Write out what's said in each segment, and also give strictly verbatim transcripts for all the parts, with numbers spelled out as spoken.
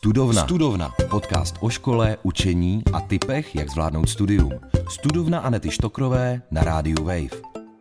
Studovna. Studovna. Podcast o škole, učení a tipech, jak zvládnout studium. Studovna Anety Štokrové na rádiu Wave.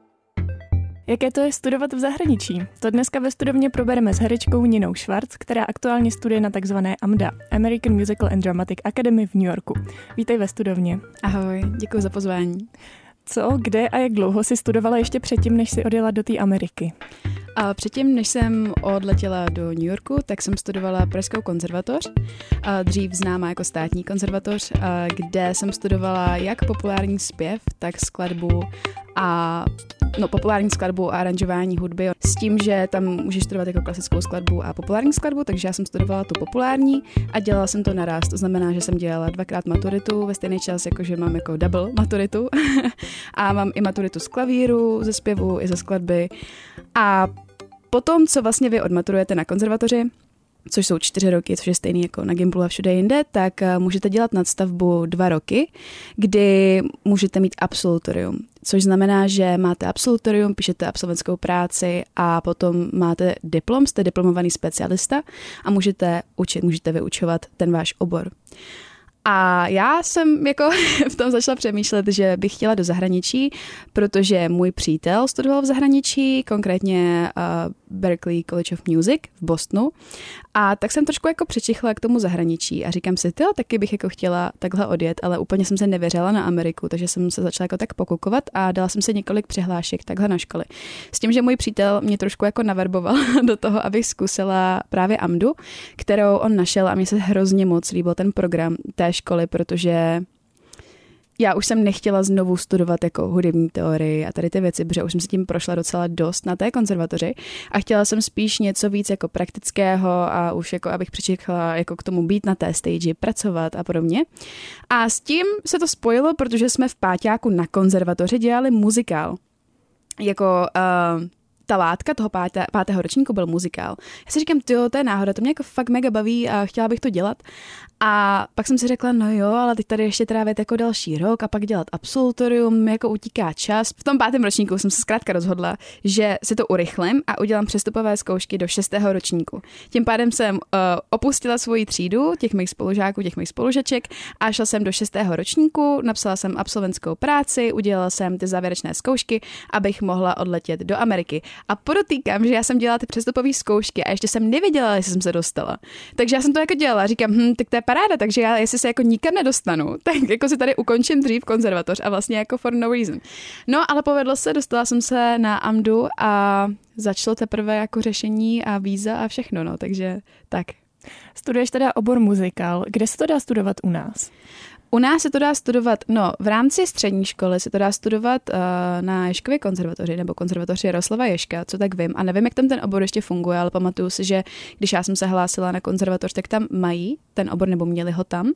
Jaké to je studovat v zahraničí? To dneska ve studovně probereme s herečkou Ninou Schwarz, která aktuálně studuje na takzvané A M D A, American Musical and Dramatic Academy v New Yorku. Vítej ve studovně. Ahoj, děkuji za pozvání. Co, kde a jak dlouho jsi studovala ještě předtím, než jsi odjela do té Ameriky? A předtím, než jsem odletěla do New Yorku, tak jsem studovala Pražskou konzervatoř, a dřív známá jako státní konzervatoř, a kde jsem studovala jak populární zpěv, tak skladbu a no, populární skladbu a aranžování hudby s tím, že tam můžeš studovat jako klasickou skladbu a populární skladbu, takže já jsem studovala tu populární a dělala jsem to naraz. To znamená, že jsem dělala dvakrát maturitu ve stejný čas, jakože mám jako double maturitu a mám i maturitu z klavíru, ze zpěvu i ze skladby. A potom, co vlastně vy odmaturujete na konzervatoři, což jsou čtyři roky, což je stejný jako na Gimplu a všude jinde, tak můžete dělat nadstavbu dva roky, kdy můžete mít absolutorium. Což znamená, že máte absolutorium, píšete absolventskou práci a potom máte diplom, jste diplomovaný specialista a můžete učit, můžete vyučovat ten váš obor. A já jsem jako v tom začala přemýšlet, že bych chtěla do zahraničí, protože můj přítel studoval v zahraničí, konkrétně uh, Berklee College of Music v Bostonu. A tak jsem trošku jako přičichla k tomu zahraničí a říkám si, tyjo, taky bych jako chtěla takhle odjet, ale úplně jsem se nevěřila na Ameriku, takže jsem se začala jako tak pokukovat a dala jsem si několik přihlášek takhle na školy. S tím, že můj přítel mě trošku jako naverboval do toho, abych zkusila právě A M D U, kterou on našel a mně se hrozně moc líbil ten program té školy, protože já už jsem nechtěla znovu studovat jako hudební teorii a tady ty věci, protože už jsem se tím prošla docela dost na té konzervatoři a chtěla jsem spíš něco víc jako praktického a už jako abych přičekala jako k tomu být na té stage, pracovat a podobně. A s tím se to spojilo, protože jsme v páťáku na konzervatoři dělali muzikál. Jako uh, ta látka toho pátá, pátého ročníku byl muzikál. Já si říkám, tyjo, to je náhoda, to mě jako fakt mega baví a chtěla bych to dělat. A pak jsem si řekla, no jo, ale teď tady ještě trávit jako další rok a pak dělat absolutorium, jako utíká čas. V tom pátém ročníku jsem se zkrátka rozhodla, že si to urychlím a udělám přestupové zkoušky do šestého ročníku. Tím pádem jsem uh, opustila svoji třídu, těch mých spolužáků, těch mých spolužaček a šla jsem do šestého ročníku, napsala jsem absolventskou práci, udělala jsem ty závěrečné zkoušky, abych mohla odletět do Ameriky. A podotýkám, že já jsem dělala ty přestupové zkoušky a ještě jsem nevěděla, jestli jsem se dostala. Takže já jsem to jako dělala, říkám, hm, tak to je paráda, takže já, jestli se jako nikam nedostanu, tak jako si tady ukončím dřív konzervatoř a vlastně jako for no reason. No, ale povedlo se, dostala jsem se na A M D U a začalo teprve jako řešení a víza a všechno, no, takže tak. Studuješ teda obor muzikál. Kde se to dá studovat u nás? U nás se to dá studovat, no v rámci střední školy se to dá studovat uh, na Ježkově konzervatoři nebo konzervatoři Jaroslava Ježka, co tak vím. A nevím, jak tam ten obor ještě funguje, ale pamatuju si, že když já jsem se hlásila na konzervatoř, tak tam mají ten obor nebo měli ho tam.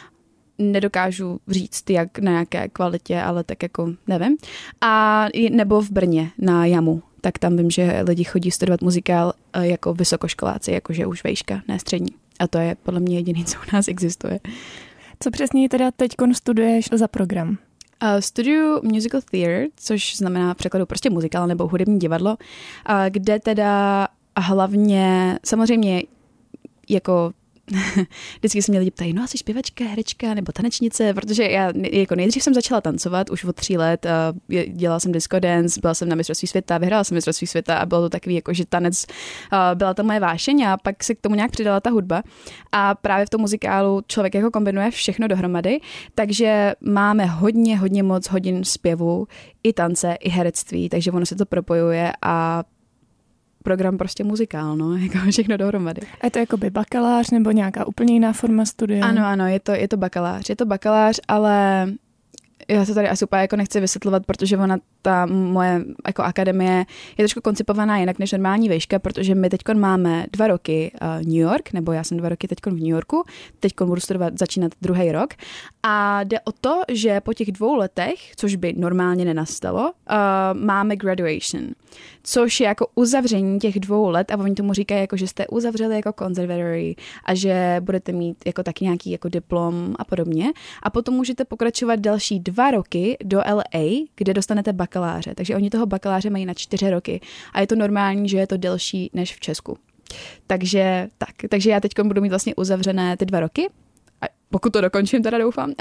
Nedokážu říct, jak na jaké kvalitě, ale tak jako nevím. A nebo v Brně na Jamu, tak tam vím, že lidi chodí studovat muzikál uh, jako vysokoškoláci, jakože už vejška, ne střední. A to je podle mě jediný, co u nás existuje. Co přesně teda teďkon studuješ za program? Uh, studuju musical theater, což znamená v překladu prostě muzikál nebo hudební divadlo, uh, kde teda hlavně samozřejmě jako vždycky se mě lidi ptají, no a jsi zpěvačka, herečka nebo tanečnice, protože já jako nejdřív jsem začala tancovat už od tří let, uh, dělala jsem disco dance, byla jsem na mistrovství světa, vyhrála jsem mistrovství světa a bylo to takový jako, že tanec uh, byla to moje vášeň a pak se k tomu nějak přidala ta hudba a právě v tom muzikálu člověk jako kombinuje všechno dohromady, takže máme hodně, hodně moc hodin zpěvu, i tance, i herectví, takže ono se to propojuje a program prostě muzikál, no, jako všechno dohromady. A je to jakoby bakalář nebo nějaká úplně jiná forma studia? Ano, ano, je to, je to bakalář. Je to bakalář, ale já to tady asi úplně jako nechci vysvětlovat, protože ona, ta moje jako akademie je trošku koncipovaná jinak než normální vejška, protože my teďkon máme dva roky uh, New York, nebo já jsem dva roky teďkon v New Yorku, teďkon budu studovat, začínat druhý rok a jde o to, že po těch dvou letech, což by normálně nenastalo, uh, máme graduation, což je jako uzavření těch dvou let a oni tomu říkají, jako, že jste uzavřeli jako conservatory a že budete mít jako taky nějaký jako diplom a podobně a potom můžete pokračovat další dva roky do L A, kde dostanete bakaláře. Takže oni toho bakaláře mají na čtyři roky a je to normální, že je to delší než v Česku. Takže tak, takže já teď budu mít vlastně uzavřené ty dva roky, pokud to dokončím, teda doufám.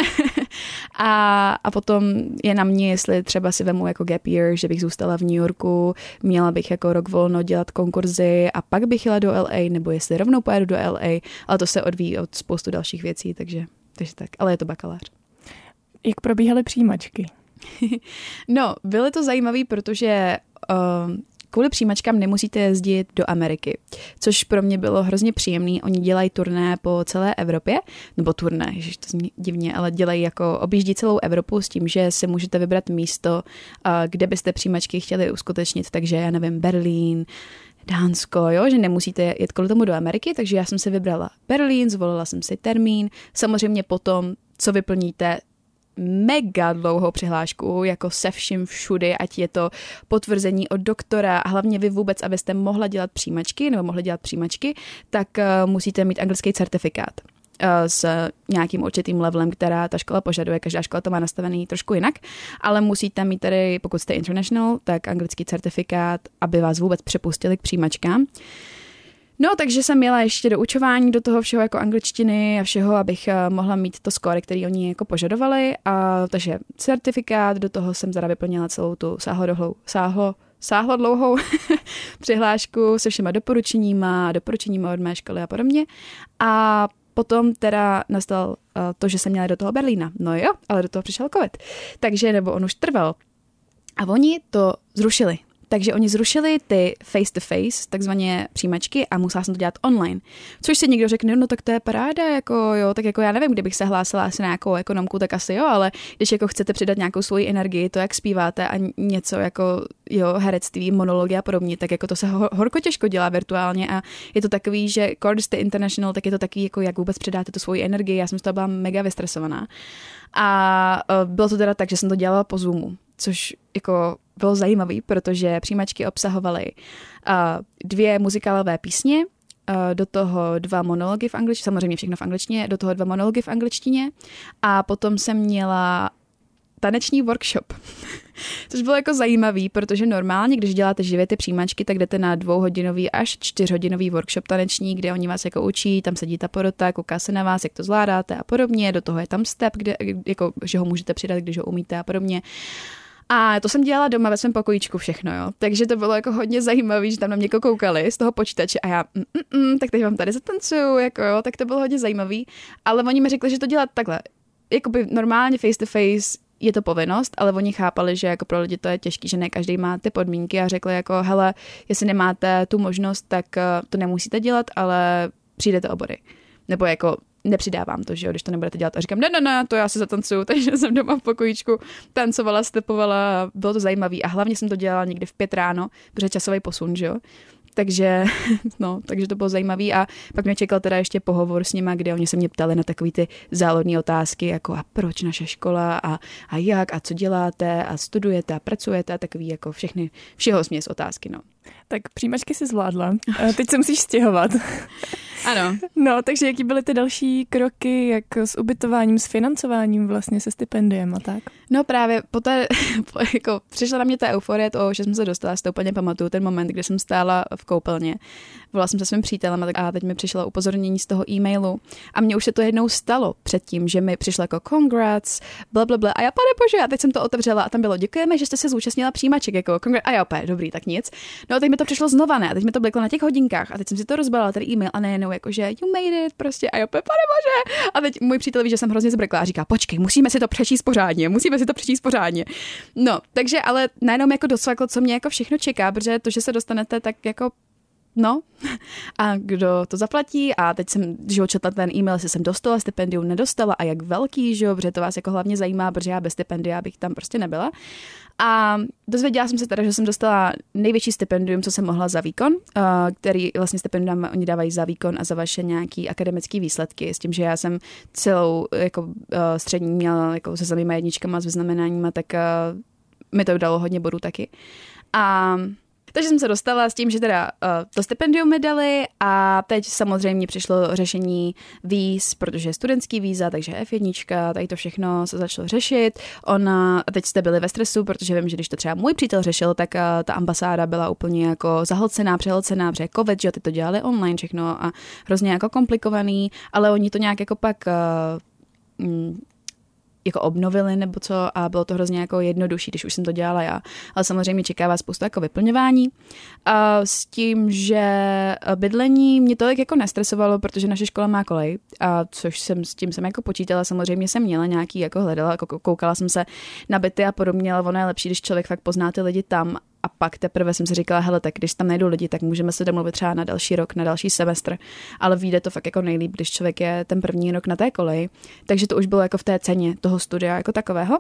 a, a potom je na mě, jestli třeba si vemu jako gap year, že bych zůstala v New Yorku, měla bych jako rok volno dělat konkurzy a pak bych jela do L A, nebo jestli rovnou pojedu do L A, ale to se odvíjí od spoustu dalších věcí, takže, takže tak. Ale je to bakalář. Jak probíhaly přijímačky? No, byly to zajímavé, protože uh, kvůli přijímačkám nemusíte jezdit do Ameriky, což pro mě bylo hrozně příjemný. Oni dělají turné po celé Evropě, nebo turné, ježiš, to zní divně, ale dělají jako objíždí celou Evropu s tím, že si můžete vybrat místo, kde byste přijímačky chtěli uskutečnit, takže já nevím, Berlín, Dánsko, jo, že nemusíte jet kvůli tomu do Ameriky, takže já jsem si vybrala Berlín, zvolila jsem si termín, samozřejmě potom, co vyplníte, mega dlouhou přihlášku, jako se vším všudy, ať je to potvrzení od doktora a hlavně vy vůbec, abyste mohla dělat přijímačky nebo mohli dělat přijímačky, tak uh, musíte mít anglický certifikát uh, s nějakým určitým levelem, která ta škola požaduje. Každá škola to má nastavený trošku jinak, ale musíte mít tady, pokud jste international, tak anglický certifikát, aby vás vůbec přepustili k přijímačkám. No, takže jsem měla ještě do učování do toho všeho jako angličtiny a všeho, abych mohla mít to skóre, který oni jako požadovali. A takže certifikát, do toho jsem teda vyplnila celou tu sáhlo, sáhlo, sáhlo dlouhou přihlášku se všema doporučeníma, doporučeníma od mé školy a podobně. A potom teda nastal uh, to, že jsem měla do toho Berlína. No jo, ale do toho přišel covid. Takže, nebo on už trval. A oni to zrušili. Takže oni zrušili ty face-to-face, takzvaně přijímačky a musela jsem to dělat online. Což si někdo řekne, no tak to je paráda, jako jo, tak jako já nevím, kdybych se hlásila asi na nějakou ekonomku, tak asi jo, ale když jako chcete přidat nějakou svoji energii, to jak zpíváte a něco jako jo, herectví, monology a podobně, tak jako to se ho, horko těžko dělá virtuálně a je to takový, že když jste international, tak je to takový, jako jak vůbec přidáte tu svoji energii. Já jsem z toho byla mega vystresovaná. A bylo to teda tak, že jsem to dělala po Zoomu, což jako bylo zajímavý, protože přijímačky obsahovaly uh, dvě muzikálové písně, uh, do toho dva monology v angličtině, samozřejmě všechno v angličtině, do toho dva monology v angličtině a potom jsem měla taneční workshop, což bylo jako zajímavý, protože normálně, když děláte živě ty přijímačky, tak jdete na dvouhodinový až čtyřhodinový workshop taneční, kde oni vás jako učí, tam sedí ta porota, kouká se na vás, jak to zvládáte a podobně, do toho je tam step, kde, jako, že ho můžete přidat, když ho umíte a podobně. A to jsem dělala doma ve svém pokojíčku všechno, jo. Takže to bylo jako hodně zajímavé, že tam na mě koukali z toho počítače a já, mm, mm, mm, tak teď vám tady zatancuju, jako jo, tak to bylo hodně zajímavý. Ale oni mi řekli, že to dělat takhle, jakoby normálně face to face je to povinnost, ale oni chápali, že jako pro lidi to je těžký, že ne každý má ty podmínky a řekli jako, hele, jestli nemáte tu možnost, tak to nemusíte dělat, ale přijdete o body. Nebo jako nepřidávám to, že jo, když to nebudete dělat. A říkám, ne, ne, ne, to já si zatancuju, takže jsem doma v pokojíčku tancovala, stepovala, bylo to zajímavý a hlavně jsem to dělala někdy v pět ráno, protože časový posun, že jo. Takže, no, takže to bylo zajímavý a pak mě čekal teda ještě pohovor s nima, kde oni se mě ptali na takový ty záludné otázky, jako a proč naše škola a, a jak a co děláte a studujete a pracujete a takový jako všechny, všeho směs otázky, no. Tak přijímačky si zvládla. Teď se musíš stěhovat. Ano. No, takže jaký byly ty další kroky, jak s ubytováním, s financováním vlastně, se stipendiem a tak? No právě poté, jako přišla na mě ta euforie toho, že jsem se dostala, si to úplně pamatuju, ten moment, kdy jsem stála v koupelně. Volala jsem se svým přítelem a teď mi přišlo upozornění z toho e-mailu a mně už se to jednou stalo předtím, že mi přišlo jako congrats, blablabla a já, pane bože, a teď jsem to otevřela a tam bylo, děkujeme, že jste se zúčastnila přijímaček, jako congrats, a já opět, dobrý, tak nic. No a teď mi to přišlo znova, ne, a teď mi to bliklo na těch hodinkách a teď jsem si to rozbalila, tady e-mail a nejenom jakože you made it, prostě a já opět, pane bože. A teď můj přítel ví, že jsem hrozně zbrkla a říká, počkej, musíme si to přečíst pořádně, musíme si to přečíst pořádně. No, takže ale najednou jako dosvaklo, co mě jako všechno čeká, protože to, že se dostanete tak jako no, a kdo to zaplatí a teď jsem, když ho četla ten e-mail, jestli jsem dostala stipendium, nedostala a jak velký, že jo, protože to vás jako hlavně zajímá, protože já bez stipendia bych tam prostě nebyla. A dozvěděla jsem se teda, že jsem dostala největší stipendium, co jsem mohla za výkon, který vlastně stipendium oni dávají za výkon a za vaše nějaký akademický výsledky, s tím, že já jsem celou jako střední měla jako se samýma jedničkama, s vyznamenáníma, tak mi to dalo hodně bodů taky. A Takže jsem se dostala s tím, že teda uh, to stipendium mi dali a teď samozřejmě přišlo řešení víz, protože je studentský víza, takže F jedna, tady to všechno se začalo řešit. Ona, a teď jste byli ve stresu, protože vím, že když to třeba můj přítel řešil, tak uh, ta ambasáda byla úplně jako zahlcená, přehlcená, protože covid, že ty to dělali online všechno a hrozně jako komplikovaný, ale oni to nějak jako pak uh, mm, jako obnovili nebo co a bylo to hrozně jako jednodušší, když už jsem to dělala já. Ale samozřejmě čeká vás spoustu jako vyplňování. A s tím, že bydlení mě tolik jako nestresovalo, protože naše škola má kolej, a což jsem s tím jsem jako počítala, samozřejmě jsem měla nějaký, jako hledala, jako koukala jsem se na byty a podobně, ale ono je lepší, když člověk fakt pozná ty lidi tam. A pak teprve jsem si říkala, hele, tak když tam najdu lidi, tak můžeme se domluvit třeba na další rok, na další semestr. Ale vyjde to fakt jako nejlíp, když člověk je ten první rok na té koleji. Takže to už bylo jako v té ceně toho studia jako takového.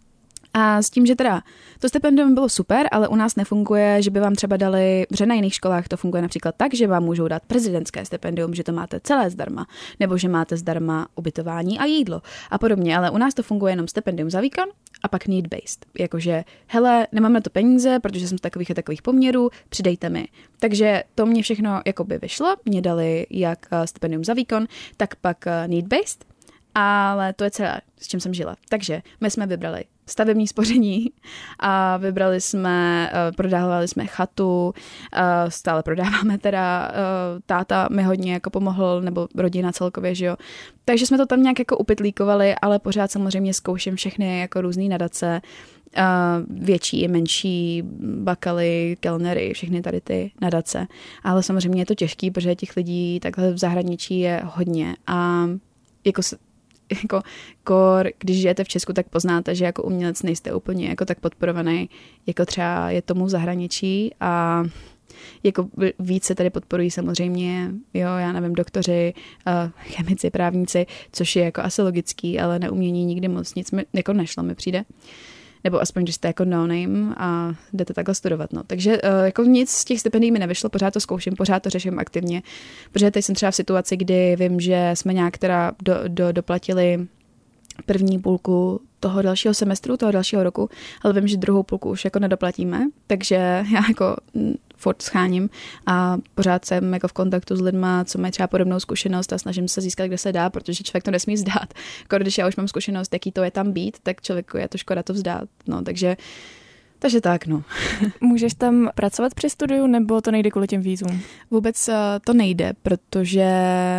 A s tím, že teda to stipendium bylo super, ale u nás nefunguje, že by vám třeba dali, že na jiných školách to funguje například tak, že vám můžou dát prezidentské stipendium, že to máte celé zdarma, nebo že máte zdarma ubytování a jídlo a podobně, ale u nás to funguje jenom stipendium za výkon a pak need-based. Jakože, hele, nemám na to peníze, protože jsem z takových a takových poměrů, přidejte mi. Takže to mě všechno jakoby vyšlo, mě dali jak stipendium za výkon, tak pak need-based, ale to je celé, s čím jsem žila. Takže my jsme vybrali stavební spoření a vybrali jsme, prodávali jsme chatu, stále prodáváme teda, táta mi hodně jako pomohl, nebo rodina celkově, že jo. Takže jsme to tam nějak jako upytlíkovali, ale pořád samozřejmě zkouším všechny jako různý nadace, větší i menší, bakaly, kelnery, všechny tady ty nadace. Ale samozřejmě je to těžký, protože těch lidí takhle v zahraničí je hodně a jako jako kor, když žijete v Česku, tak poznáte, že jako umělec nejste úplně jako tak podporovaný, jako třeba je tomu v zahraničí a jako více tady podporují samozřejmě, jo, já nevím, doktoři, chemici, právníci, což je jako asi logický, ale na umění nikdy moc nic mi, jako nešlo, mi přijde. Nebo aspoň, když jste jako no-name a jdete takhle studovat. No. Takže uh, jako nic z těch stipendií mi nevyšlo, pořád to zkouším, pořád to řeším aktivně. Protože teď jsem třeba v situaci, kdy vím, že jsme nějak teda do, do, doplatili první půlku toho dalšího semestru, toho dalšího roku, ale vím, že druhou půlku už jako nedoplatíme, takže já jako furt scháním a pořád jsem jako v kontaktu s lidma, co mají třeba podobnou zkušenost a snažím se získat, kde se dá, protože člověk to nesmí vzdát. Jako když já už mám zkušenost, jaký to je tam být, tak člověku je to škoda to vzdát. No, takže Takže tak, no. Můžeš tam pracovat při studiu, nebo to nejde kvůli těm vízům? Vůbec uh, to nejde, protože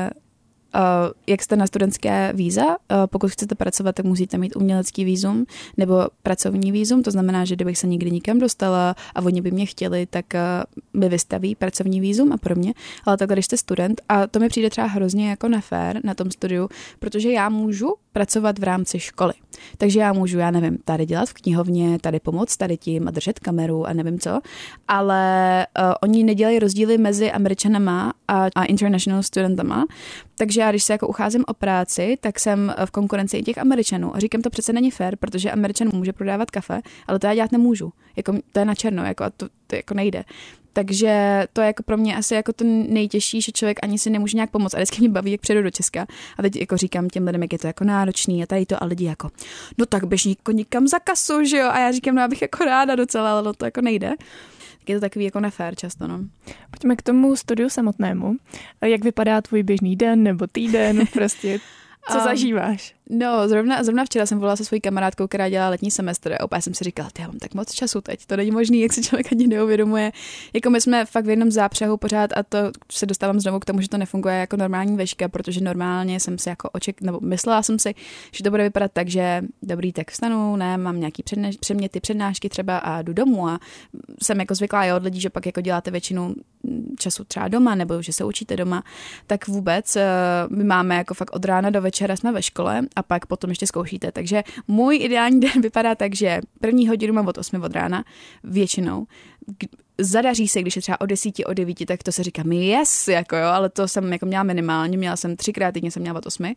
Uh, jak jste na studentské víza, uh, pokud chcete pracovat, tak musíte mít umělecký vízum nebo pracovní vízum, to znamená, že kdybych se nikdy nikam dostala a oni by mě chtěli, tak uh, by vystaví pracovní vízum a podobně, ale takhle, když jste student, a to mi přijde třeba hrozně jako nefér na tom studiu, protože já můžu pracovat v rámci školy. Takže já můžu, já nevím, tady dělat v knihovně, tady pomoct tady tím a držet kameru a nevím co, ale uh, oni nedělají rozdíly mezi Američanama a, a international studentama, takže já, když se jako ucházím o práci, tak jsem v konkurenci i těch Američanů. A říkám, to přece není fér, protože Američan může prodávat kafe, ale to já dělat nemůžu. Jako, to je na černo, jako, a to, to jako nejde. Takže to je jako pro mě asi jako to nejtěžší, že člověk ani si nemůže nějak pomoct. A vždycky mě baví, jak přijedu do Česka. A teď jako říkám těm lidem, jak je to jako náročný a tady to a lidi jako, no tak běž jako nikam za kasu, že jo? A já říkám, no já bych jako ráda docela, ale to jako nejde. Tak je to takový jako nefér často, no. Pojďme k tomu studiu samotnému. Jak vypadá tvůj běžný den nebo týden, prostě, co um, zažíváš? No, zrovna, zrovna včera jsem volala se svojí kamarádkou, která dělá letní semestr a opět jsem si říkala, já mám tak moc času teď, to není možný, jak si člověk ani neuvědomuje. Jako my jsme fakt v jednom zápřehu pořád a to se dostávám znovu k tomu, že to nefunguje jako normální veška, protože normálně jsem si jako oček, nebo myslela jsem si, že to bude vypadat tak, že dobrý, tak vstanu, ne, mám nějaký předne, předměty, přednášky třeba a jdu domů a jsem jako zvyklá je od lidí, že pak jako děláte většinu času třeba doma nebo že se učíte doma, tak vůbec my máme jako fakt od rána do večera jsme ve škole a pak potom ještě zkoušíte. Takže můj ideální den vypadá tak, že první hodinu mám od osmi od rána, většinou. Zadaří se, když je třeba o desíti, o devíti, tak to se říká mi yes, jako jo, ale to jsem jako měla minimálně, měla jsem třikrát týdně, jsem měla od osmi.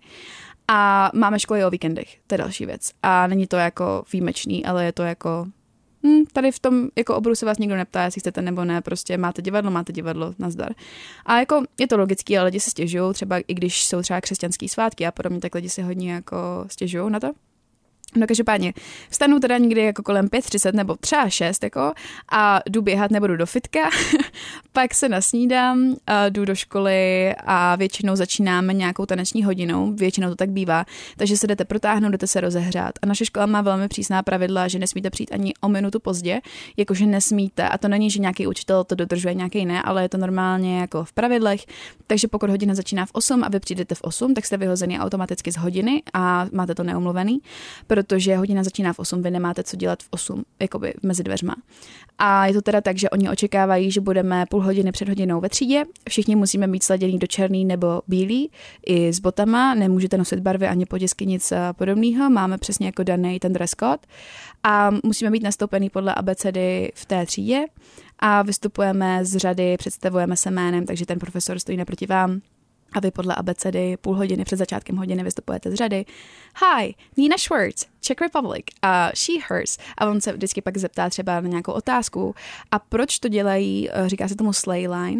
A máme školy o víkendech, to je další věc. A není to jako výjimečný, ale je to jako Hmm, tady v tom jako oboru se vás nikdo neptá, jestli chcete nebo ne, prostě máte divadlo, máte divadlo, nazdar. A jako je to logický, ale lidi se stěžují, třeba i když jsou třeba křesťanský svátky a podobně, tak lidi se hodně jako stěžují na to. No každopádně, vstanu teda někdy jako kolem pět třicet nebo třeba šest jako a jdu běhat nebo jdu do fitka, pak se nasnídám, a jdu do školy a většinou začínáme nějakou taneční hodinou, většinou to tak bývá, takže se jdete protáhnout, jdete se rozehřát. A naše škola má velmi přísná pravidla, že nesmíte přijít ani o minutu pozdě, jakože nesmíte, a to není, že nějaký učitel to dodržuje, nějaký ne, ale je to normálně jako v pravidlech, takže pokud hodina začíná v osm a vy přijdete v osm, tak jste vyhozený automaticky z hodiny a máte to neomluvený, protože hodina začíná v osm, vy nemáte co dělat v osm, jakoby mezi dveřma. A je to teda tak, že oni očekávají, že budeme půl hodiny před hodinou ve třídě, všichni musíme být sladěný do černý nebo bílý, i s botama, nemůžete nosit barvy ani potisky, nic podobného, máme přesně jako daný ten dress code a musíme být nastoupený podle abecedy v té třídě a vystupujeme z řady, představujeme se jménem, takže ten profesor stojí naproti vám. A vy podle abecedy půl hodiny před začátkem hodiny vystupujete z řady. Hi, Nina Schwartz, Czech Republic, a she, hers. A on se vždycky pak zeptá třeba na nějakou otázku. A proč to dělají, říká se tomu slay line.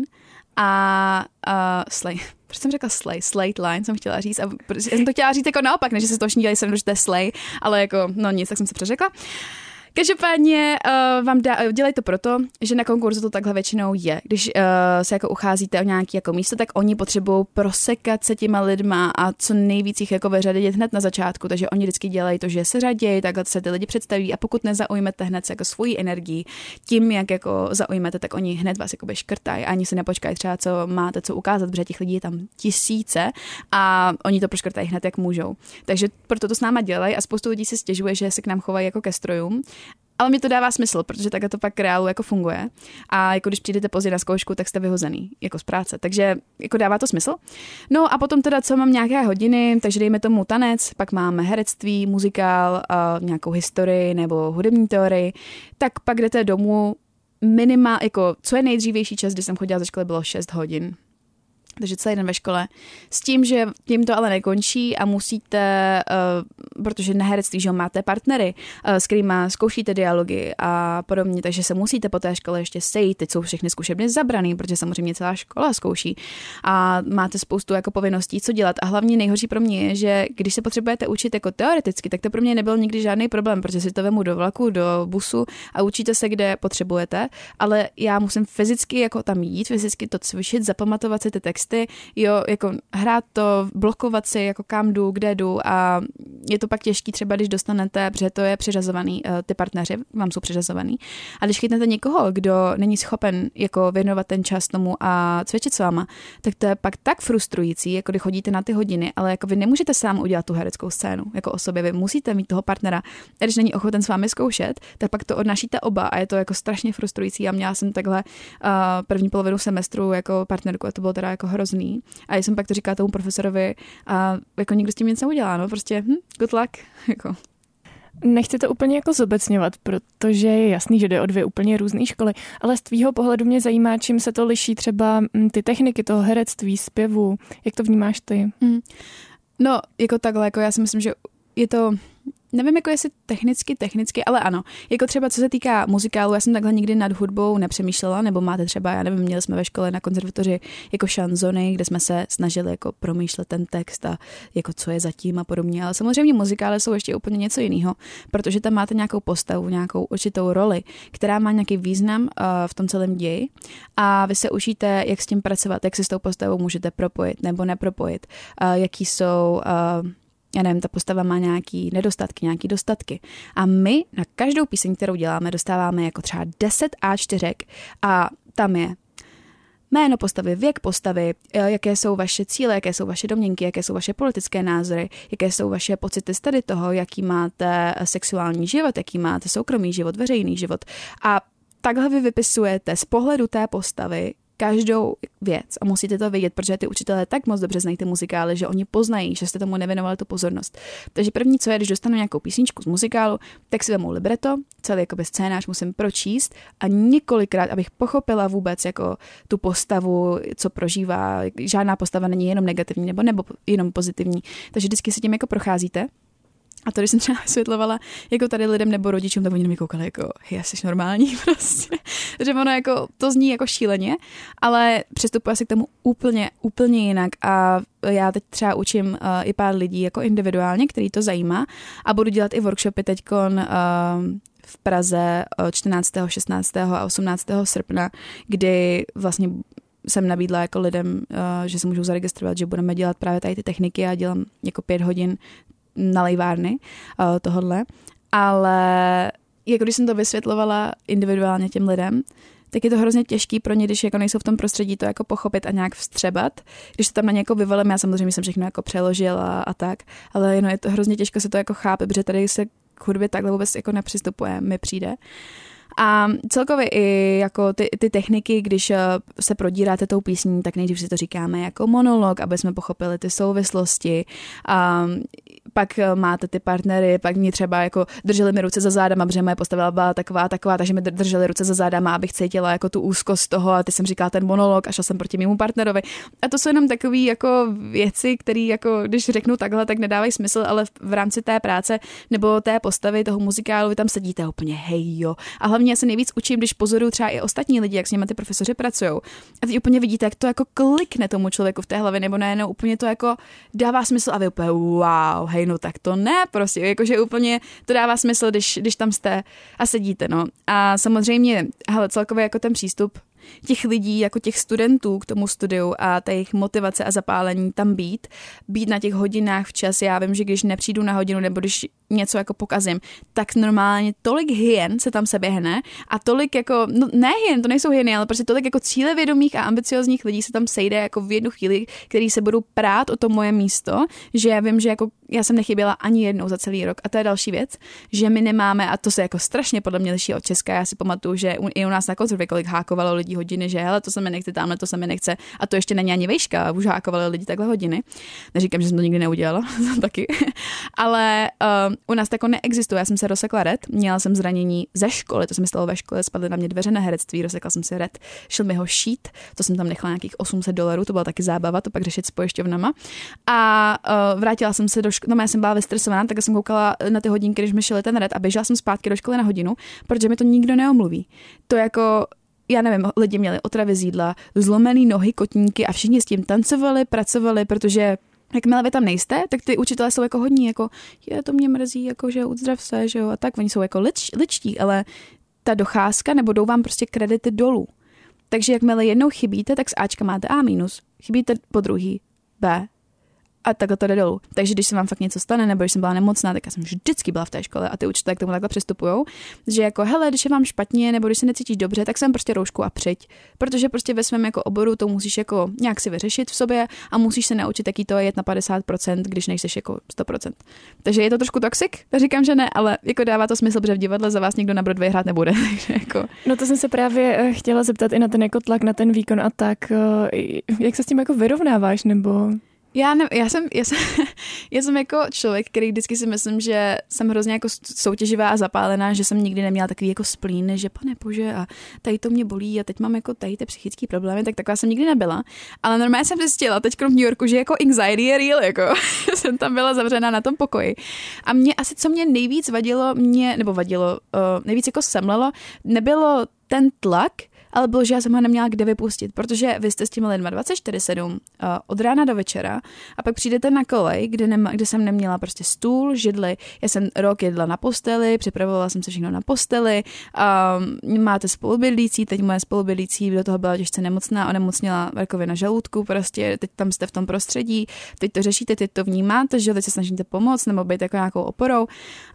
A uh, slay, proč jsem řekla slay? Slate line jsem chtěla říct. A já jsem to chtěla říct jako naopak, než se to všichni dělají sem, že to je slay, ale jako, no nic, tak jsem se přeřekla. Každopádně uh, vám dá, dělají to proto, že na konkurzu to takhle většinou je. Když uh, se jako ucházíte o nějaké jako místo, tak oni potřebují prosekat se těma lidma a co nejvíc jich jako vyřadit hned na začátku, takže oni vždycky dělají to, že se řadějí, takhle se ty lidi představí a pokud nezaujmete hned jako svoji energii tím, jak jako zaujmete, tak oni hned vás jako škrtají, ani se nepočkají třeba, co máte co ukázat, protože těch lidí je tam tisíce a oni to proškrtají hned, jak můžou. Takže proto to s náma dělají a spoustu lidí se stěžuje, že se k nám chovají jako ke strojům. Ale mi to dává smysl, protože takhle to pak reálu jako funguje. A jako když přijdete pozdě na zkoušku, tak jste vyhozený jako z práce. Takže jako dává to smysl. No a potom teda, co mám nějaké hodiny, takže dejme tomu tanec, pak máme herectví, muzikál, a nějakou historii nebo hudební teorii. Tak pak jdete domů minimálně, jako co je nejdřívější čas, kdy jsem chodila ze školy, bylo šest hodin. Takže celý den ve škole. S tím, že tím to ale nekončí a musíte, uh, protože na herectví, že máte partnery, uh, s kterými zkoušíte dialogy a podobně, takže se musíte po té škole ještě sejít. Teď jsou všechny zkušebny zabraný, protože samozřejmě celá škola zkouší a máte spoustu jako povinností, co dělat. A hlavně nejhorší pro mě je, že když se potřebujete učit jako teoreticky, tak to pro mě nebyl nikdy žádný problém, protože si to vemu do vlaku, do busu a učíte se, kde potřebujete, ale já musím fyzicky jako tam jít, fyzicky to cvičit, zapamatovat si ty texty, jo, jako hrát to, blokovat si, jako kam jdu, kde jdu a je to pak těžký třeba, když dostanete, protože to je přiřazovaný, ty partneři vám jsou přiřazovaný a když chytnete někoho, kdo není schopen jako věnovat ten čas tomu a cvičit s váma, tak to je pak tak frustrující, jako když chodíte na ty hodiny, ale jako vy nemůžete sám udělat tu hereckou scénu jako o sobě, vy musíte mít toho partnera a když není ochoten s vámi zkoušet, tak pak to odnášíte oba a je to jako strašně frustrující a měla jsem takhle uh, první polovinu semestru jako partnerku a to bylo teda jako hrozný. A já jsem pak to říkala tomu profesorovi a jako nikdo s tím nic neudělá, no prostě hm, good luck. Jako. Nechci to úplně jako zobecňovat, protože je jasný, že jde o dvě úplně různé školy, ale z tvýho pohledu mě zajímá, čím se to liší třeba ty techniky toho herectví, zpěvu, jak to vnímáš ty? Hmm. No, jako takhle, jako já si myslím, že je to... Nevím, jako jestli technicky, technicky, ale ano. Jako třeba co se týká muzikálu, já jsem takhle nikdy nad hudbou nepřemýšlela, nebo máte třeba, já nevím, měli jsme ve škole na konzervatoři jako šanzony, kde jsme se snažili jako promýšlet ten text a jako co je zatím a podobně. Ale samozřejmě muzikály jsou ještě úplně něco jiného, protože tam máte nějakou postavu, nějakou určitou roli, která má nějaký význam uh, v tom celém ději a vy se učíte, jak s tím pracovat, jak se s tou postavou můžete propojit nebo nepropojit, uh, jaký jsou... Uh, já nevím, ta postava má nějaký nedostatky, nějaký dostatky. A my na každou píseň, kterou děláme, dostáváme jako třeba deset á čtyřek a tam je jméno postavy, věk postavy, jaké jsou vaše cíle, jaké jsou vaše domněnky, jaké jsou vaše politické názory, jaké jsou vaše pocity z tady toho, jaký máte sexuální život, jaký máte soukromý život, veřejný život. A takhle vy vypisujete z pohledu té postavy každou věc a musíte to vědět, protože ty učitelé tak moc dobře znají ty muzikály, že oni poznají, že jste tomu nevěnovali tu pozornost. Takže první, co je, když dostanu nějakou písničku z muzikálu, tak si vemu libreto, celý jakoby scénář musím pročíst a několikrát, abych pochopila vůbec jako tu postavu, co prožívá. Žádná postava není jenom negativní nebo, nebo jenom pozitivní. Takže vždycky si tím jako procházíte. A to, když jsem třeba vysvětlovala jako tady lidem nebo rodičům, tak oni mi koukali jako, hej, jsi normální prostě. Takže ono jako, to zní jako šíleně, ale přistupuje se k tomu úplně, úplně jinak a já teď třeba učím uh, i pár lidí jako individuálně, který to zajímá a budu dělat i workshopy teďkon uh, v Praze čtrnáctého, šestnáctého a osmnáctého srpna, kdy vlastně jsem nabídla jako lidem, uh, že se můžou zaregistrovat, že budeme dělat právě tady ty techniky a dělám jako pět hodin na lejvárny uh, tohodle, ale jako když jsem to vysvětlovala individuálně těm lidem, tak je to hrozně těžký pro ně, když jako nejsou v tom prostředí to jako pochopit a nějak vstřebat. Když to tam na ně jako vyvolím, já samozřejmě jsem všechno jako přeložila a tak, ale no, je to hrozně těžko se to jako chápe, protože tady se k hudbě takhle vůbec jako nepřistupuje, mi přijde. A celkově i jako ty, ty techniky, když se prodíráte tou písní, tak nejdřív si to říkáme jako monolog, aby jsme pochopili ty souvislosti. A pak máte ty partnery, pak mě třeba jako drželi mi ruce za zádama, protože moje postava byla taková, taková, takže mi drželi ruce za zádama, abych cítila jako tu úzkost toho a ty jsem říkala ten monolog a šla jsem proti mému partnerovi. A to jsou jenom takové jako věci, které jako, když řeknu takhle, tak nedávají smysl, ale v, v rámci té práce nebo té postavy, toho muzikálu, vy tam sedíte úplně hej jo. A hlavně já se nejvíc učím, když pozoruju třeba i ostatní lidi, jak s nimi ty profesoři pracují. A teď úplně vidíte, jak to jako klikne tomu člověku v té hlavě, nebo najednou úplně to jako dává smysl a vy úplně wow, hej, no tak to ne, prostě, jakože úplně to dává smysl, když, když tam jste a sedíte, no. A samozřejmě, hele, celkově jako ten přístup těch lidí, jako těch studentů k tomu studiu a ta jejich motivace a zapálení tam být, být na těch hodinách včas. Já vím, že když nepřijdu na hodinu nebo když něco jako pokazím, tak normálně tolik hyen se tam seběhne a tolik jako, no ne hyen, to nejsou hyeny, ale prostě tolik jako cílevědomých a ambiciozních lidí se tam sejde jako v jednu chvíli, který se budou prát o to moje místo, že já vím, že jako já jsem nechyběla ani jednou za celý rok. A to je další věc, že my nemáme, a to se jako strašně podle mě liší od Česka, já si pamatuju, že i u nás na koncertě kolik hákovalo lidí hodiny, že hele, to se mi nechce, tamhle to se mi nechce a to ještě není ani vejška, už hákovali lidi takhle hodiny. Neříkám, že jsem to nikdy neudělala, taky, ale uh, u nás to jako neexistuje. Já jsem se rozsekla red, měla jsem zranění ze školy, to se mi stalo ve škole, spadly na mě dveře na herectví, rozsekla jsem si red, šel mi ho šít, to jsem tam nechala nějakých osm set dolarů, to byla taky zábava, to pak řešit s pojišťovnama. A uh, vrátila jsem se do školy, no já jsem byla vystresovaná, tak jsem koukala na ty hodinky, když mi šel ten red a běžela jsem zpátky do školy na hodinu, protože mi to nikdo neomluví. To jako já nevím, lidi měli otravy z jídla, zlomený nohy, kotníky a všichni s tím tancovali, pracovali, protože jakmile vy tam nejste, tak ty učitelé jsou jako hodní, jako je, to mě mrzí, jako že uzdrav se, že jo, a tak, oni jsou jako lič, ličtí, ale ta docházka, nebo jdou vám prostě kredity dolů. Takže jakmile jednou chybíte, tak z Ačka máte A minus, chybíte po druhý B. A takhle to jde dolů. Takže když se vám fakt něco stane, nebo když jsem byla nemocná, tak já jsem vždycky byla v té škole a ty učitelé k tomu takhle přistupujou, že jako hele, když je vám špatně, nebo když se necítíš dobře, tak jsem prostě roušku a přijď. Protože prostě ve svém jako oboru to musíš jako nějak si vyřešit v sobě a musíš se naučit, jaký to je jet na padesát procent, když nejseš jako sto procent. Takže je to trošku toxic, tak říkám, že ne, ale jako dává to smysl, protože v divadle za vás někdo na Broadway hrát nebude. Takže jako... No to jsem se právě chtěla zeptat i na ten jako tlak, na ten výkon a tak, jak se s tím jako vyrovnáváš, nebo... Já, ne, já, jsem, já, jsem, já jsem jako člověk, který vždycky si myslím, že jsem hrozně jako soutěživá a zapálená, že jsem nikdy neměla takový jako splín, že pane bože a tady to mě bolí a teď mám jako tady ty psychické problémy, tak taková jsem nikdy nebyla. Ale normálně jsem zjistila teď v New Yorku, že jako anxiety je real, jako jsem tam byla zavřená na tom pokoji. A mě asi, co mě nejvíc vadilo, mě, nebo vadilo, uh, nejvíc jako semlelo, nebylo ten tlak, ale bylo, že já jsem ho neměla kde vypustit, protože vy jste s tím lidma dvacet čtyři sedm uh, od rána do večera a pak přijdete na kolej, kde, nema, kde jsem neměla prostě stůl, židli, já jsem rok jedla na posteli, připravovala jsem se všechno na posteli, um, máte spolubydlící, teď moje spolubydlící do toho byla těžce nemocná, onemocněla rakovina žaludku, prostě teď tam jste v tom prostředí, teď to řešíte, teď to vnímáte, že teď se snažíte pomoct nebo být jako nějakou oporou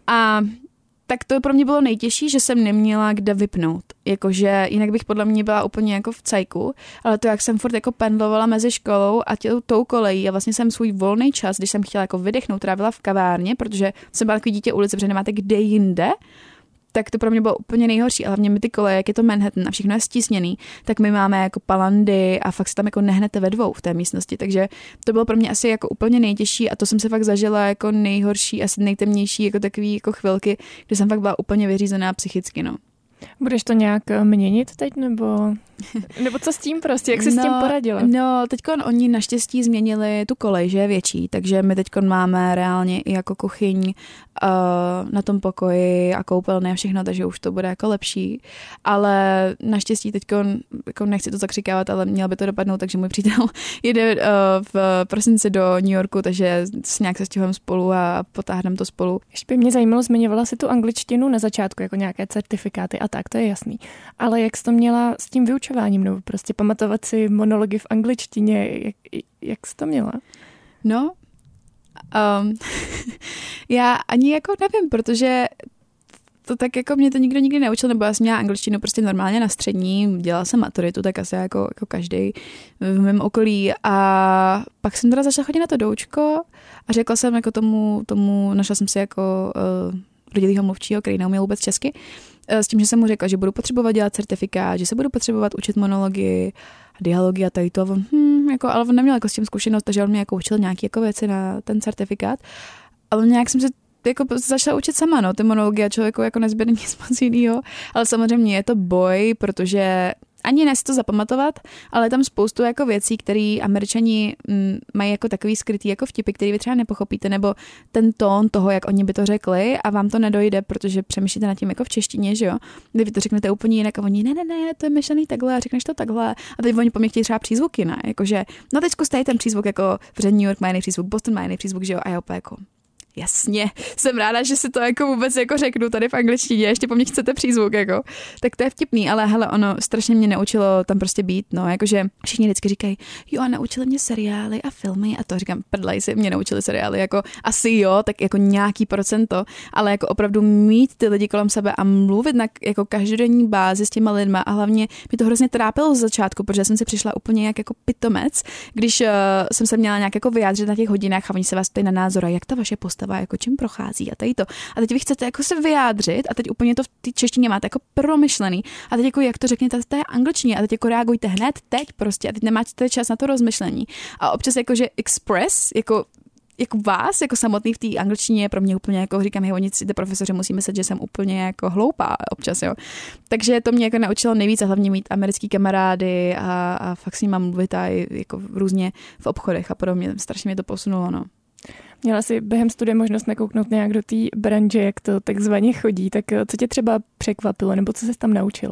a tak to pro mě bylo nejtěžší, že jsem neměla kde vypnout. Jakože jinak bych podle mě byla úplně jako v cajku, ale to, jak jsem furt jako pendlovala mezi školou a tě, tou kolejí a vlastně jsem svůj volný čas, když jsem chtěla jako vydechnout, trávila v kavárně, protože jsem byla takový dítě ulice, protože nemáte kde jinde, tak to pro mě bylo úplně nejhorší. A hlavně my ty koleje, jak je to Manhattan a všechno je stísněný, tak my máme jako palandy a fakt se tam jako nehnete ve dvou v té místnosti. Takže to bylo pro mě asi jako úplně nejtěžší a to jsem se fakt zažila jako nejhorší, asi nejtemnější jako takový jako chvilky, kdy jsem fakt byla úplně vyřízená psychicky, no. Budeš to nějak měnit teď, nebo, nebo co s tím prostě, jak jsi no, s tím poradila? No, teďkon oni naštěstí změnili tu kolej, že je větší, takže my teďkon máme reálně i jako kuchyň uh, na tom pokoji a koupelny a všechno, takže už to bude jako lepší, ale naštěstí teďkon, jako nechci to zakřikávat, ale měl by to dopadnout, takže můj přítel jede uh, v prosinci do New Yorku, takže s nějak se stěhujeme spolu a potáhneme to spolu. Ještě by mě zajímalo, zmiňovala si tu angličtinu na začátku, jako nějaké certifikáty a tak, to je jasný. Ale jak jsi to měla s tím vyučováním, nebo prostě pamatovat si monology v angličtině, jak, jak jsi to měla? No, um, já ani jako nevím, protože to tak jako mě to nikdo nikdy neučil, nebo já jsem měla angličtinu prostě normálně na střední, dělala jsem maturitu, tak asi jako, jako každý v mém okolí a pak jsem teda začala chodit na to doučko a řekla jsem jako tomu, tomu našla jsem si jako uh, rodilýho mluvčího, který neuměl vůbec česky, s tím, že jsem mu řekla, že budu potřebovat dělat certifikát, že se budu potřebovat učit monology, dialogy a tady to. On, hm, jako, ale on neměl jako s tím zkušenost, takže on mě jako učil nějaké jako věci na ten certifikát. Ale nějak jsem se jako začala učit sama, no, ty monology a člověku jako nezbyde nic moc jinýho. Ale samozřejmě je to boj, protože ani nechci to zapamatovat, ale je tam spoustu jako věcí, které Američani m, mají jako takový skrytý jako vtipy, který vy třeba nepochopíte, nebo ten tón toho, jak oni by to řekli a vám to nedojde, protože přemýšlíte nad tím jako v češtině, že jo. Kdy vy to řeknete úplně jinak a oni ne, ne, ne, to je myšlený takhle a řekneš to takhle. A teď oni po mně chtějí třeba přízvuky, ne? Jakože, no teď zkuste ten přízvuk, jako v New York má jiný přízvuk, Boston má jiný přízvuk, že jo, a já opět jako jasně, jsem ráda, že si to jako vůbec jako řeknu tady v angličtině, ještě po mně chcete přízvuk, jako. Tak to je vtipný, ale hele, ono strašně mě naučilo tam prostě být, no, jakože všichni vždycky říkají, jo, a naučili mě seriály a filmy a to říkám, prdlej si, mě naučili seriály, jako asi jo, tak jako nějaký procento, ale jako opravdu mít ty lidi kolem sebe a mluvit na jako každodenní bázi s těma lidma a hlavně mi to hrozně trápilo z začátku, protože jsem si přišla úplně jak jako pitomec, když uh, jsem se měla nějak jako vyjádřit na těch hodinách a oni se vás ptají na názor, jak ta vaše postava jako čím prochází a tady to. A teď vy chcete jako se vyjádřit a teď úplně to v té češtině máte jako promyšlený. A teď jako jak to řekněte v té angličtině a teď jako reagujte hned teď prostě a teď nemáte čas na to rozmyšlení. A občas jako že express, jako jako vás, jako samotný v té angličtině je pro mě úplně jako říkám, hej, oni ty profesoři musí myslet, že jsem úplně jako hloupá občas, jo. Takže to mě jako naučilo nejvíc a hlavně mít americký kamarády a, a fakt s nima mluvit a jako různě v obchodech a podobně. Strašně mě to posunulo, no. Měla jsi během studia možnost nakouknout nějak do té branže, jak to takzvaně chodí, tak co tě třeba překvapilo, nebo co jsi tam naučila?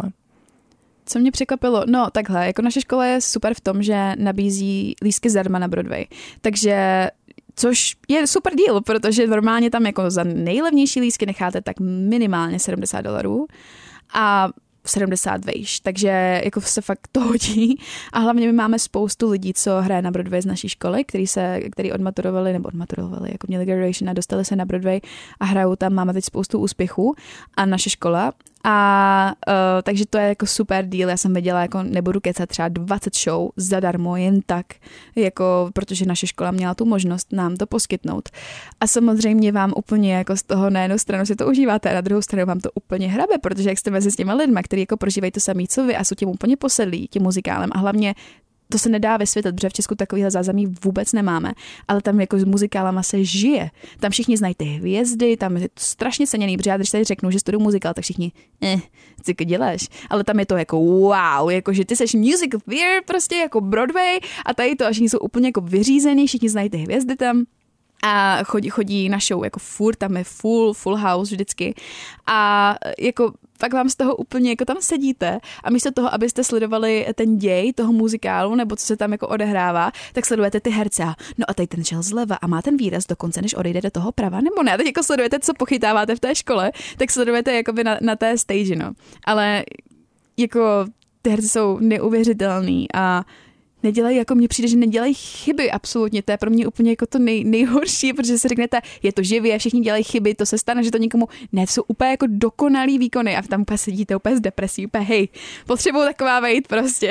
Co mě překvapilo? No takhle, jako naše škola je super v tom, že nabízí lístky zdarma na Broadway, takže což je super deal, protože normálně tam jako za nejlevnější lístky necháte tak minimálně sedmdesát dolarů a sedmdesát vejš, takže jako se fakt to hodí a hlavně my máme spoustu lidí, co hraje na Broadway z naší školy, který se, který odmaturovali nebo odmaturovali, jako měli graduation a dostali se na Broadway a hrajou tam, máme teď spoustu úspěchů a naše škola a uh, takže to je jako super deal, já jsem viděla, jako nebudu kecat třeba dvacet show zadarmo, jen tak, jako protože naše škola měla tu možnost nám to poskytnout a samozřejmě vám úplně jako z toho na jednu stranu si to užíváte a na druhou stranu vám to úplně hrabe, protože jak jste mezi s těma lidma, kteří jako prožívají to samý, co vy a jsou tím úplně posedlí, tím muzikálem a hlavně to se nedá vysvětlit, protože v Česku takovýhle zázemí vůbec nemáme, ale tam jako s muzikálama se žije. Tam všichni znají ty hvězdy, tam je to strašně ceněný, protože já když tady řeknu, že studuju muzikál, tak všichni, eh, co ty děláš? Ale tam je to jako wow, jako že ty seš musical theater, prostě jako Broadway a tady to a všichni jsou úplně jako vyřízený, všichni znají ty hvězdy tam. A chodí, chodí na show jako furt, tam je full, full house vždycky. A jako pak vám z toho úplně jako tam sedíte a místo toho, abyste sledovali ten děj toho muzikálu nebo co se tam jako odehrává, tak sledujete ty herce a no a tady ten šel zleva a má ten výraz dokonce, než odejde do toho prava, nebo ne, teď jako sledujete, co pochytáváte v té škole, tak sledujete jakoby na, na té stage, no. Ale jako ty herce jsou neuvěřitelný a nedělají, jako mně přijde, že nedělají chyby absolutně, to je pro mě úplně jako to nej, nejhorší, protože si řeknete, je to živě, všichni dělají chyby, to se stane, že to někomu, ne, to jsou úplně jako dokonalý výkony a tam úplně sedíte úplně z depresí, úplně hej, potřebuju taková vejít prostě,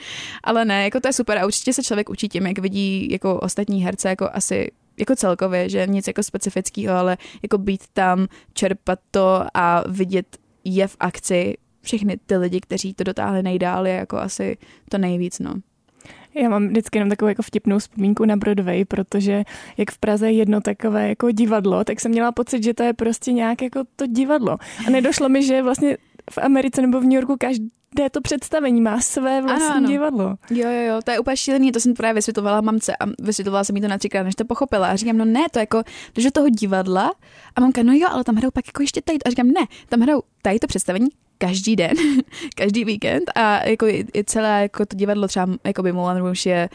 ale ne, jako to je super a určitě se člověk učí tím, jak vidí jako ostatní herce, jako asi jako celkově, že nic jako specifického, ale jako být tam, čerpat to a vidět je v akci, všechny ty lidi, kteří to dotáhli nejdál, je jako asi to nejvíc, no. Já mám vždycky jenom takovou jako vtipnou vzpomínku na Broadway, protože jak v Praze je jedno takové jako divadlo, tak jsem měla pocit, že to je prostě nějak jako to divadlo. A nedošlo mi, že vlastně v Americe nebo v New Yorku každé to představení má své vlastní ano, ano. divadlo. Jo, jo, jo, to je úplně šílený, to jsem právě vysvětlovala mamce a vysvětlovala jsem jí to na třikrát, než to pochopila. A říkám, no ne, to jako, jdeš do toho divadla a mamka, no jo, ale tam hrajou pak jako ještě tady. A říkám, ne, tam hrajou tady to představení každý den, každý víkend a jako i, i celé jako to divadlo třeba jako by Moulin Rouge je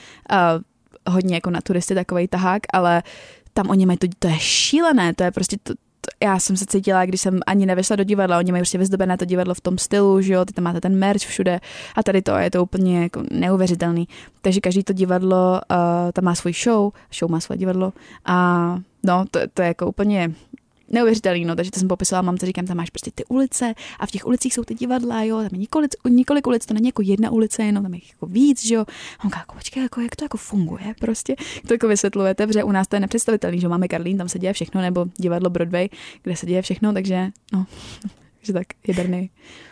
uh, hodně jako na turisty takovej tahák, ale tam oni mají to, to je šílené, to je prostě to, já jsem se cítila, když jsem ani nevešla do divadla, oni mají prostě vyzdobené to divadlo v tom stylu, že jo, ty tam máte ten merch všude a tady to je to úplně jako neuvěřitelný. Takže každý to divadlo uh, tam má svůj show, show má svoje divadlo a no, to, to je jako úplně neuvěřitelný, no, takže to jsem popisovala mamce, říkám, tam máš prostě ty ulice a v těch ulicích jsou ty divadla, jo, tam je několik, několik ulic, to není jako jedna ulice, jenom tam je jako víc, že jo. A on jako, počkej, jako, jak to jako funguje prostě, to jako vysvětlujete, protože u nás to je nepředstavitelný, že máme Karlín, tam se děje všechno, nebo divadlo Broadway, kde se děje všechno, takže no, že tak jaderný.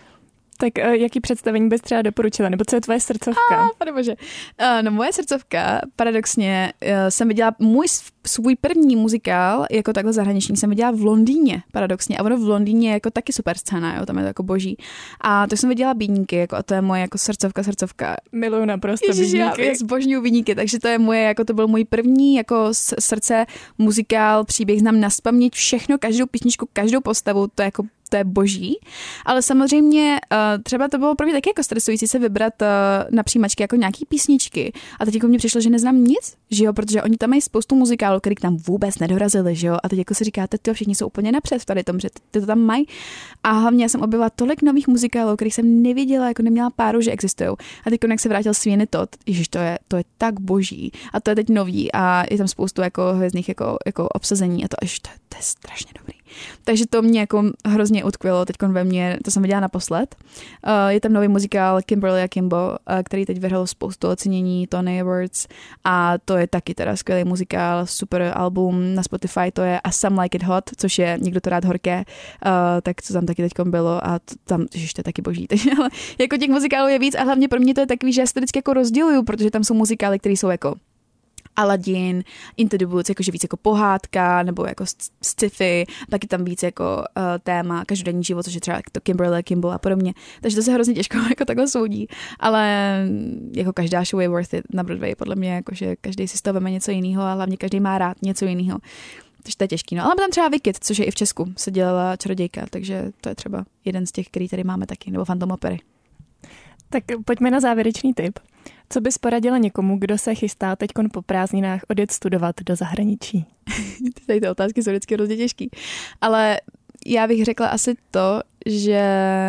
Tak uh, jaký představení bys třeba doporučila? Nebo co je tvoje srdcovka? Ah, pane bože. Uh, no moje srdcovka, paradoxně, uh, jsem viděla můj svůj první muzikál, jako takhle zahraniční, jsem viděla v Londýně, paradoxně. A ono v Londýně je jako taky super scéna, jo, tam je to jako boží. A to jsem viděla Bídníky, jako a to je moje jako srdcovka, srdcovka. Miluju naprosto Bídníky. Já zbožňuju Bídníky, takže to je moje, jako to byl můj první jako srdce muzikál, příběh, znám nazpaměť všechno, každou písničku, každou postavu, to je jako to je boží, ale samozřejmě uh, třeba to bylo pro mě taky jako stresující se vybrat uh, na přijímačky jako nějaký písničky a teď jako mně přišlo, že neznám nic, že jo, protože oni tam mají spoustu muzikálů, který k nám vůbec nedorazili, že jo, a teď jako si říkáte, ty všichni jsou úplně napřed tady tom, že ty to tam mají a hlavně já jsem objevila tolik nových muzikálů, kterých jsem nevěděla, jako neměla páru, že existují a teď jak se vrátil Sweeney Todd, ježiš, to je, to je tak boží a to je teď nový a je tam spoustu jako hvězdných jako, jako obsazení a to, ježiš, to, to je strašně dobrý. Takže to mě jako hrozně utkvělo teď ve mně, to jsem viděla naposled. Uh, je tam nový muzikál Kimberly a Kimbo, uh, který teď vyhrál spoustu ocenění Tony Awards a to je taky teda skvělý muzikál, super album na Spotify, to je A Some Like It Hot, což je Někdo to rád horké, uh, tak to tam taky teď bylo a to, tam, ježiš, to je taky boží. Takže, ale jako těch muzikálů je víc a hlavně pro mě to je takový, že já se to vždycky jako rozděluju, protože tam jsou muzikály, které jsou jako Aladdin, Into the Woods, jakože víc jako pohádka, nebo jako sci-fi, pak je tam víc jako uh, téma každodenní život, což je třeba to Kimberly, Kimbo a podobně. Takže to se hrozně těžko jako takhle soudí, ale jako každá show je worth it na Broadway, podle mě, jakože každý si z toho veme něco jiného a hlavně každý má rád něco jiného. Takže to je těžký. No, ale tam třeba Wicked, což je i v Česku, se dělala čarodějka, takže to je třeba jeden z těch, který tady máme taky, nebo Phantom opery. Tak pojďme na závěrečný tip. Co bys poradila někomu, kdo se chystá teďkon po prázdninách odjet studovat do zahraničí? Tady ty otázky jsou vždycky hrozně těžký. Ale já bych řekla asi to, že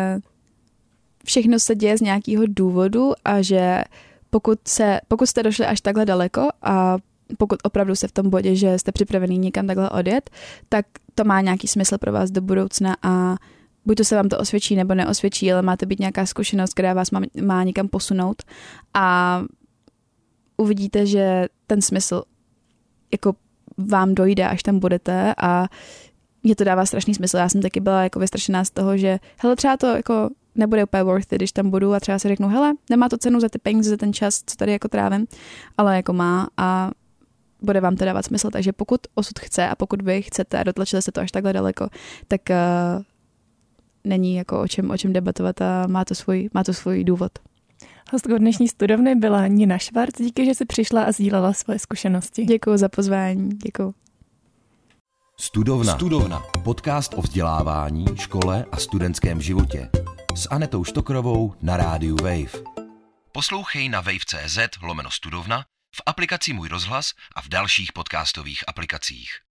všechno se děje z nějakého důvodu a že pokud, se, pokud jste došli až takhle daleko a pokud opravdu jste v tom bodě, že jste připravený někam takhle odjet, tak to má nějaký smysl pro vás do budoucna a buď to se vám to osvědčí nebo neosvědčí, ale má to být nějaká zkušenost, která vás má, má někam posunout a uvidíte, že ten smysl jako vám dojde, až tam budete a mě to dává strašný smysl. Já jsem taky byla jako vystrašená z toho, že hele, třeba to jako nebude úplně worth it, když tam budu a třeba si řeknu, hele, nemá to cenu za ty peníze, za ten čas, co tady jako trávím, ale jako má a bude vám to dávat smysl. Takže pokud osud chce a pokud vy chcete a dotlačili se to až takhle daleko, tak uh, není jako o čem, o čem debatovat a má to svůj, má to svůj důvod. Hostkou dnešní studovny byla Nina Švarc. Díky, že jsi přišla a sdílela svoje zkušenosti. Děkuji za pozvání. Děkuji. Studovna. Studovna. Podcast o vzdělávání, škole a studentském životě. S Anetou Štokrovou na rádiu Wave. Poslouchej na wave tečka cé zet lomeno studovna, v aplikaci Můj rozhlas a v dalších podcastových aplikacích.